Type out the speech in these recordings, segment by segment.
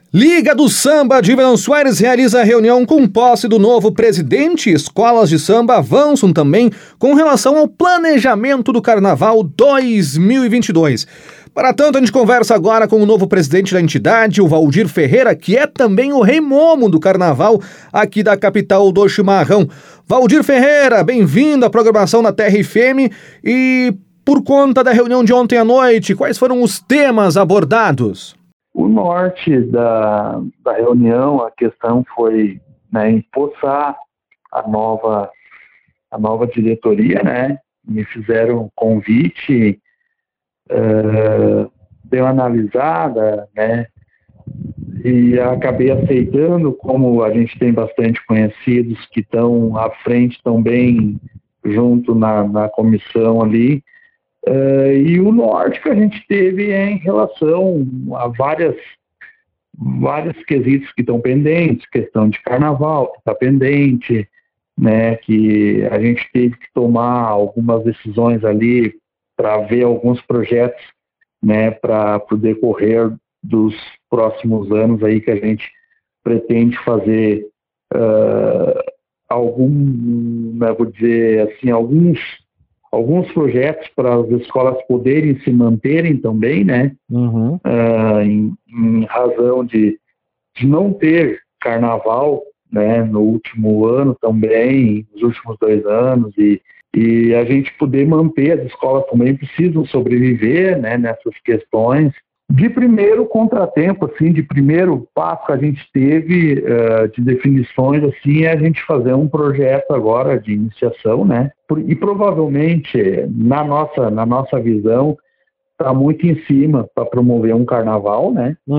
Liga do Samba de Venâncio Aires realiza reunião com posse do novo presidente. Escolas de samba avançam também com relação ao planejamento do Carnaval 2022. Para tanto, a gente conversa agora com o novo presidente da entidade, o Valdir Ferreira, que é também o rei momo do Carnaval aqui da capital do chimarrão. Valdir Ferreira, bem-vindo à programação da Terra FM. E por conta da reunião de ontem à noite, quais foram os temas abordados? O norte da reunião, a questão foi empossar a nova diretoria, me fizeram um convite, dei uma analisada, e acabei aceitando, como a gente tem bastante conhecidos que estão à frente também, junto na comissão ali. E o norte que a gente teve é em relação a vários quesitos que estão pendentes, questão de carnaval que está pendente, que a gente teve que tomar algumas decisões ali para ver alguns projetos, para o decorrer dos próximos anos aí que a gente pretende fazer alguns projetos para as escolas poderem se manterem também, em razão de não ter carnaval, no último ano também, nos últimos 2 anos, e a gente poder manter, as escolas também precisam sobreviver, nessas questões. De primeiro contratempo, assim, de primeiro passo que a gente teve de definições, assim, é a gente fazer um projeto agora de iniciação, e provavelmente, na nossa visão, está muito em cima para promover um carnaval,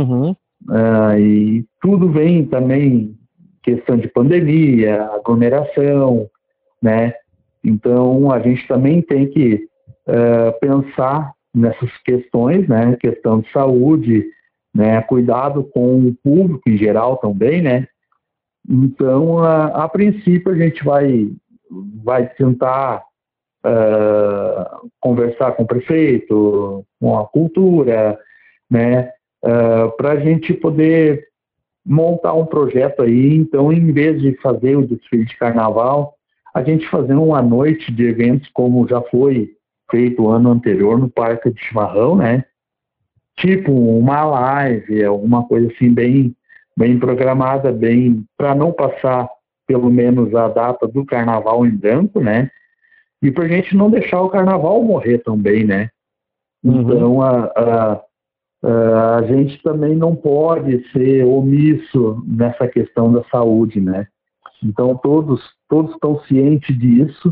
e tudo vem também questão de pandemia, aglomeração, então a gente também tem que pensar nessas questões, questão de saúde, cuidado com o público em geral também, Então, a princípio, a gente vai tentar conversar com o prefeito, com a cultura, para a gente poder montar um projeto aí. Então, em vez de fazer o desfile de carnaval, a gente fazer uma noite de eventos como já foi feito o ano anterior no Parque de Chimarrão, tipo uma live, alguma coisa assim bem programada, para não passar pelo menos a data do carnaval em branco, e para a gente não deixar o carnaval morrer também, Então a gente também não pode ser omisso nessa questão da saúde, Então todos estão cientes disso,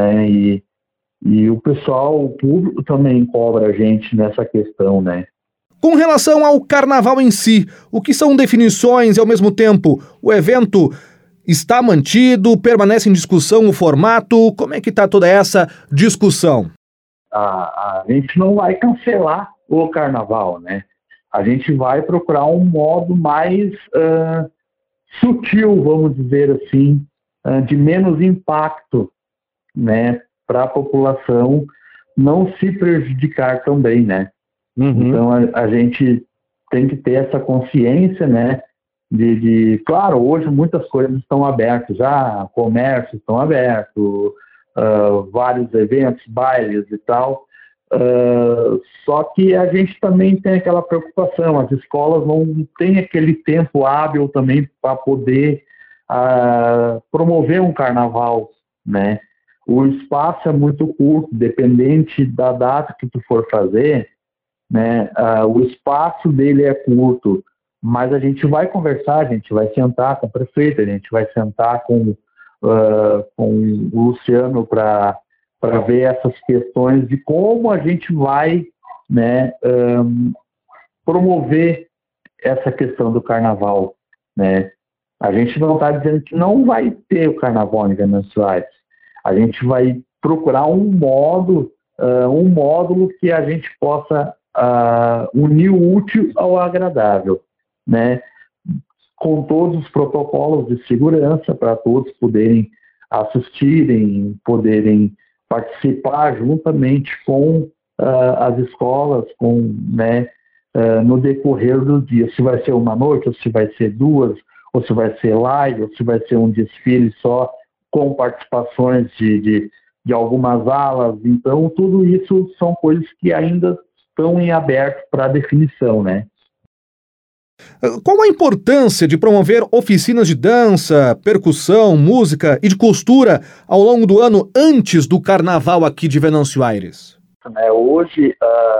e o pessoal, o público também cobra a gente nessa questão, Com relação ao carnaval em si, o que são definições e, ao mesmo tempo, o evento está mantido, permanece em discussão o formato? Como é que está toda essa discussão? A gente não vai cancelar o carnaval, A gente vai procurar um modo mais sutil, vamos dizer assim, de menos impacto, para a população não se prejudicar também, Então a gente tem que ter essa consciência, claro, hoje muitas coisas estão abertas, já comércios estão abertos, vários eventos, bailes e tal, só que a gente também tem aquela preocupação, as escolas não têm aquele tempo hábil também para poder promover um carnaval, O espaço é muito curto, dependente da data que tu for fazer, o espaço dele é curto, mas a gente vai conversar, a gente vai sentar com o prefeito, a gente vai sentar com o Luciano para ver essas questões de como a gente vai promover essa questão do carnaval, A gente não está dizendo que não vai ter o carnaval em Venâncio Aires. A gente vai procurar um módulo que a gente possa unir o útil ao agradável, Com todos os protocolos de segurança para todos poderem assistirem, poderem participar juntamente com as escolas, com no decorrer do dia, se vai ser uma noite, ou se vai ser duas, ou se vai ser live, ou se vai ser um desfile só com participações de algumas alas. Então, tudo isso são coisas que ainda estão em aberto para definição, né? Qual a importância de promover oficinas de dança, percussão, música e de costura ao longo do ano antes do carnaval aqui de Venâncio Aires? Hoje,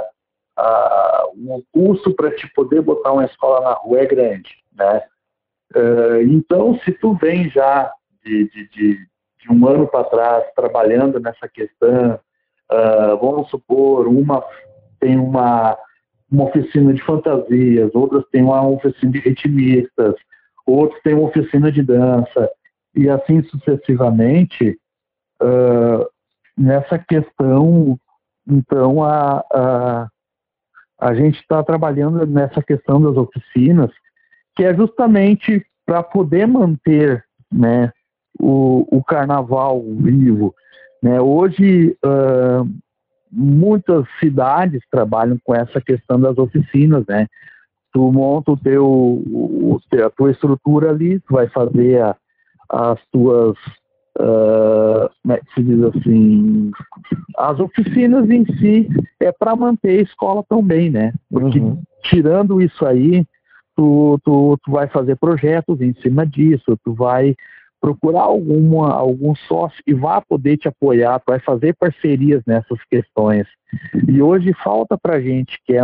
o custo para te poder botar uma escola na rua é grande, né? Então, se tu vem já de um ano para trás trabalhando nessa questão, vamos supor, tem uma oficina de fantasias, outras têm uma oficina de ritmistas, outros têm uma oficina de dança, e assim sucessivamente. Nessa questão, então, a gente está trabalhando nessa questão das oficinas, que é justamente para poder manter, né, o carnaval vivo, né? Hoje, muitas cidades trabalham com essa questão das oficinas, né? Tu monta a tua estrutura ali, tu vai fazer as tuas, como é que se diz assim, as oficinas em si é para manter a escola também, né? Porque tirando isso aí, tu vai fazer projetos em cima disso, tu vai procurar algum sócio que vá poder te apoiar, tu vai fazer parcerias nessas questões. E hoje falta para a gente, que é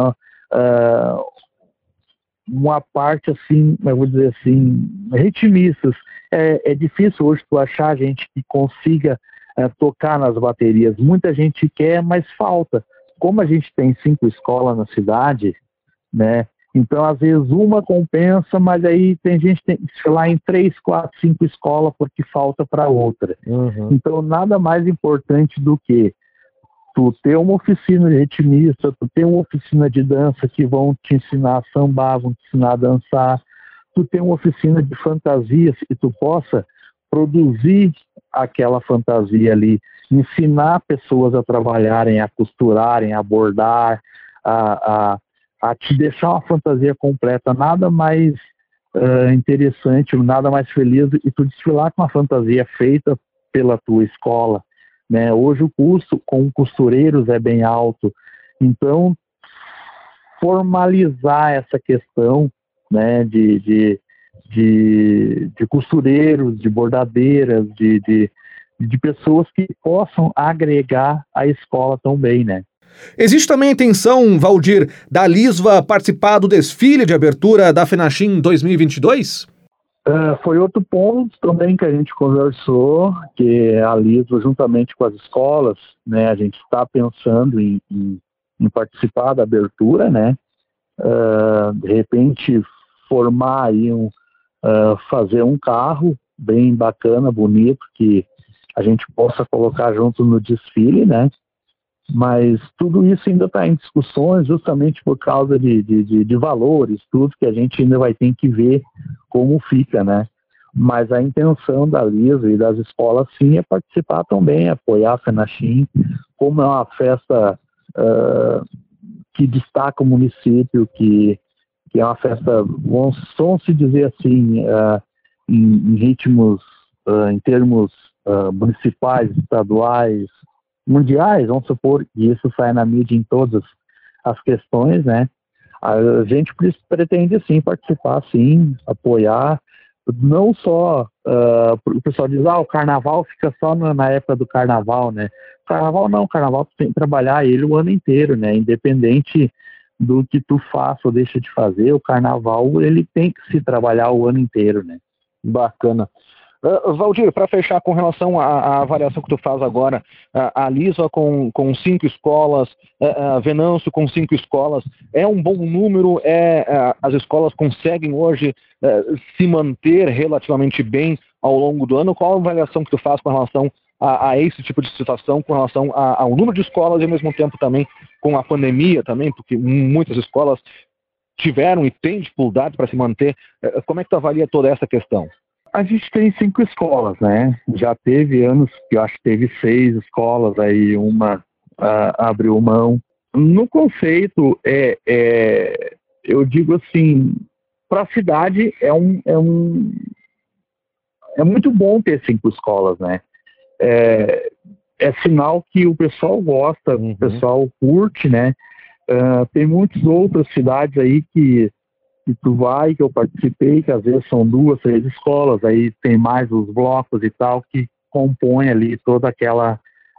uma parte assim, eu vou dizer assim, ritmistas. É difícil hoje tu achar gente que consiga tocar nas baterias. Muita gente quer, mas falta. Como a gente tem 5 escolas na cidade, né? Então, às vezes, uma compensa, mas aí tem gente que tem que ir lá em 3, 4, 5 escolas porque falta para outra. Então, nada mais importante do que tu ter uma oficina de ritmista, tu ter uma oficina de dança que vão te ensinar a sambar, vão te ensinar a dançar, tu ter uma oficina de fantasias que tu possa produzir aquela fantasia ali, ensinar pessoas a trabalharem, a costurarem, a bordar, a te deixar uma fantasia completa. Nada mais interessante, nada mais feliz do que tu desfilar com uma fantasia feita pela tua escola, né? Hoje o custo com costureiros é bem alto, então formalizar essa questão, né, de costureiros, de bordadeiras, de pessoas que possam agregar a escola também, né? Existe também a intenção, Valdir, da Lisva participar do desfile de abertura da FENACHIM 2022? Foi outro ponto também que a gente conversou, que a Lisva, juntamente com as escolas, né, a gente está pensando em participar da abertura, né? De repente formar aí fazer um carro bem bacana, bonito, que a gente possa colocar junto no desfile, né? Mas tudo isso ainda está em discussões, justamente por causa de valores, tudo que a gente ainda vai ter que ver como fica, né? Mas a intenção da Lisva e das escolas, sim, é participar também, apoiar a FENACHIM, como é uma festa que destaca o município, que é uma festa, vamos se dizer assim, em ritmos, em termos municipais, estaduais, mundiais, vamos supor, e isso sai na mídia em todas as questões, né? A gente pretende, sim, participar, sim, apoiar, não só, o pessoal diz, o carnaval fica só na época do carnaval, né? Carnaval não, carnaval tu tem que trabalhar ele o ano inteiro, né? Independente do que tu faça ou deixa de fazer, o carnaval, ele tem que se trabalhar o ano inteiro, né? Bacana. Valdir, para fechar com relação à avaliação que tu faz agora, a Lisva com 5 escolas, Venâncio com 5 escolas, é um bom número? As escolas conseguem hoje se manter relativamente bem ao longo do ano? Qual a avaliação que tu faz com relação a esse tipo de situação, com relação ao número de escolas e ao mesmo tempo também com a pandemia também, porque muitas escolas tiveram e têm dificuldade para se manter. Como é que tu avalia toda essa questão? A gente tem 5 escolas, né? Já teve anos que eu acho que teve 6 escolas, aí uma abriu mão. No conceito, eu digo assim, para a cidade é muito bom ter 5 escolas, né? É sinal que o pessoal gosta, o pessoal curte, né? Tem muitas outras cidades aí que tu vai, que eu participei, que às vezes são 2, 3 escolas, aí tem mais os blocos e tal, que compõem ali toda aquela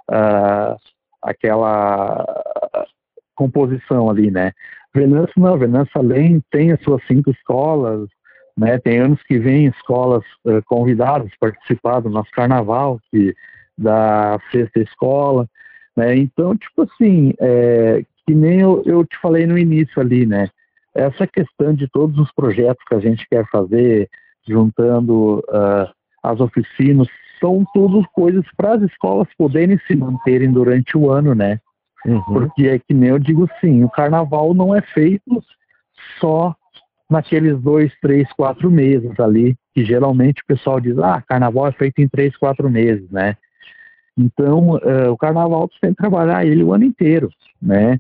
composição ali, né? Venâncio não, Venâncio além tem as suas 5 escolas, né? Tem anos que vem escolas convidadas a participar do nosso carnaval, da 6ª escola, né? Então, tipo assim, que nem eu te falei no início ali, né? Essa questão de todos os projetos que a gente quer fazer, juntando as oficinas, são tudo coisas para as escolas poderem se manterem durante o ano, né? Porque é que nem eu digo sim, o carnaval não é feito só naqueles 2, 3, 4 meses ali, que geralmente o pessoal diz, carnaval é feito em 3, 4 meses, né? Então, o carnaval você tem que trabalhar ele o ano inteiro, né?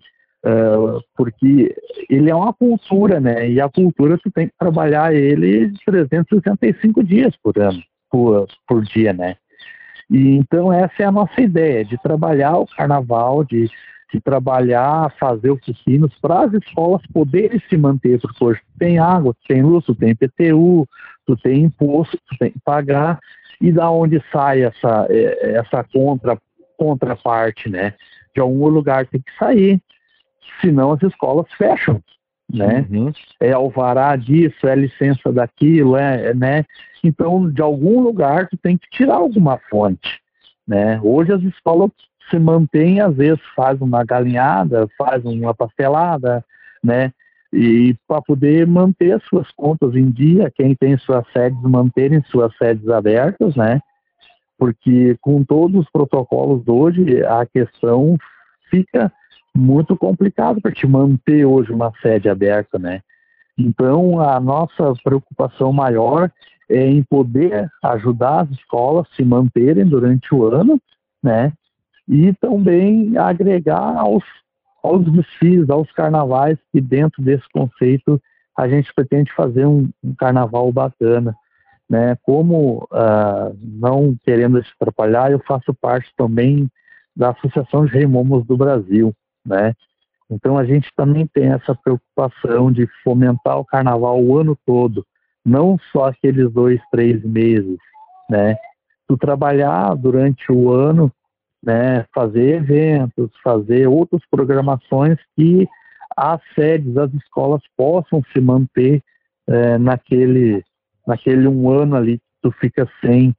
Porque ele é uma cultura, né? E a cultura você tem que trabalhar ele 365 dias por ano, por dia, né? E então essa é a nossa ideia, de trabalhar o carnaval, de trabalhar, fazer oficinas para as escolas poderem se manter, porque hoje tu tem água, tu tem luz, tu tem IPTU, tu tem imposto, tu tem que pagar, e da onde sai essa contraparte, né? De algum lugar tem que sair, senão as escolas fecham, né? É alvará disso, é licença daquilo, né? Então, de algum lugar tu tem que tirar alguma fonte, né? Hoje as escolas se mantêm, às vezes faz uma galinhada, faz uma pastelada, né? E para poder manter as suas contas em dia, quem tem suas sedes, manterem suas sedes abertas, né? Porque com todos os protocolos hoje, a questão fica muito complicado para te manter hoje uma sede aberta, né? Então, a nossa preocupação maior é em poder ajudar as escolas a se manterem durante o ano, né? E também agregar aos desfiles, aos carnavais, que dentro desse conceito a gente pretende fazer um carnaval bacana, né? Como, não querendo te atrapalhar, eu faço parte também da Associação de Rei Momos do Brasil, né? Então a gente também tem essa preocupação de fomentar o carnaval o ano todo, não só aqueles 2, 3 meses, né? Tu trabalhar durante o ano, né? Fazer eventos, fazer outras programações que as sedes das escolas possam se manter naquele um ano ali que tu fica sem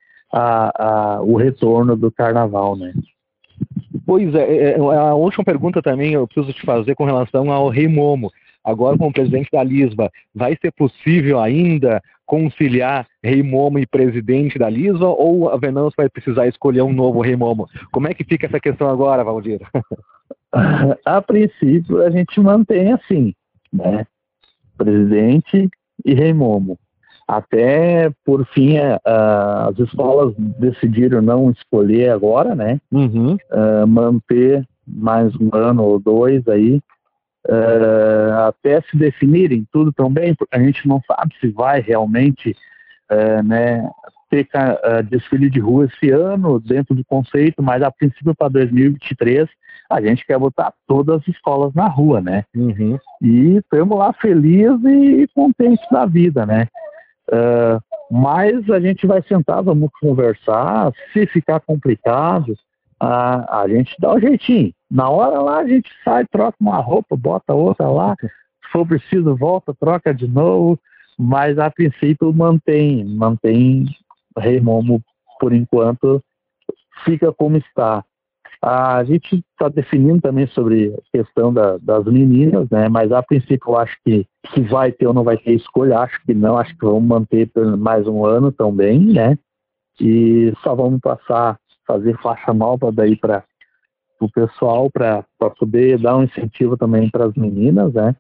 o retorno do carnaval, né? Pois é, a última pergunta também eu preciso te fazer com relação ao Rei Momo. Agora, como presidente da LISBA, vai ser possível ainda conciliar Rei Momo e presidente da LISBA, ou a Venâncio vai precisar escolher um novo Rei Momo? Como é que fica essa questão agora, Valdir? A princípio, a gente mantém assim, né? Presidente e Rei Momo. Até, por fim, as escolas decidiram não escolher agora, né? Manter mais um ano ou 2 aí, até se definirem tudo também, porque a gente não sabe se vai realmente né, ter desfile de rua esse ano, dentro do conceito, mas a princípio para 2023 a gente quer botar todas as escolas na rua, né? E estamos lá felizes e contentes da vida, né? Mas a gente vai sentar, vamos conversar. Se ficar complicado, a gente dá um jeitinho. Na hora lá a gente sai, troca uma roupa, bota outra lá. Se for preciso, volta, troca de novo. Mas a princípio mantém Rei Momo por enquanto, fica como está. A gente está definindo também sobre a questão das meninas, né? Mas a princípio eu acho que se vai ter ou não vai ter escolha, acho que não, acho que vamos manter por mais um ano também, né? E só vamos fazer faixa nova daí para o pessoal, para poder dar um incentivo também para as meninas, né?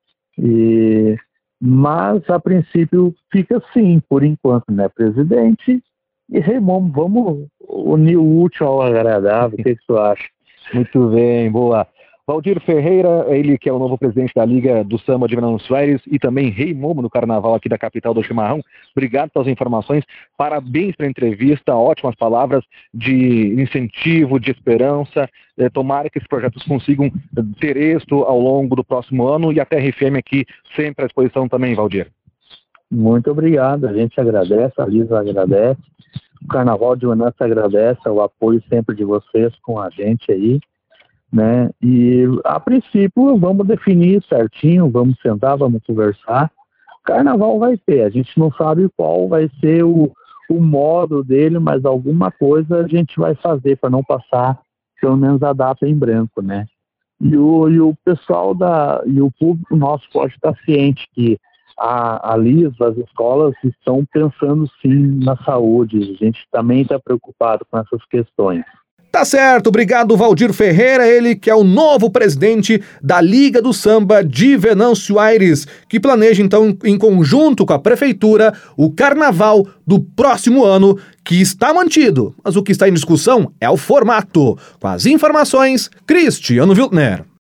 Mas a princípio fica assim, por enquanto, né? Presidente e Rei Momo, vamos unir o útil ao agradável. O que tu acha? Muito bem, boa. Valdir Ferreira, ele que é o novo presidente da Liga do Samba de Venâncio Aires e também rei momo no carnaval aqui da capital do chimarrão. Obrigado pelas informações, parabéns pela entrevista, ótimas palavras de incentivo, de esperança. Tomara que esses projetos consigam ter êxito ao longo do próximo ano e a TRFM aqui sempre à disposição também, Valdir. Muito obrigado, a gente agradece, a Lisa agradece, o Carnaval de Venâncio agradece o apoio sempre de vocês com a gente aí, né? E a princípio vamos definir certinho, vamos sentar, vamos conversar. Carnaval vai ter, a gente não sabe qual vai ser o modo dele, mas alguma coisa a gente vai fazer para não passar pelo menos a data em branco, né? E o pessoal e o público nosso pode estar ciente que a Lisa, as escolas estão pensando sim na saúde, a gente também está preocupado com essas questões. Tá certo, obrigado Valdir Ferreira, ele que é o novo presidente da Liga do Samba de Venâncio Aires, que planeja então em conjunto com a prefeitura o carnaval do próximo ano, que está mantido, mas o que está em discussão é o formato. Com as informações, Cristiano Wiltner.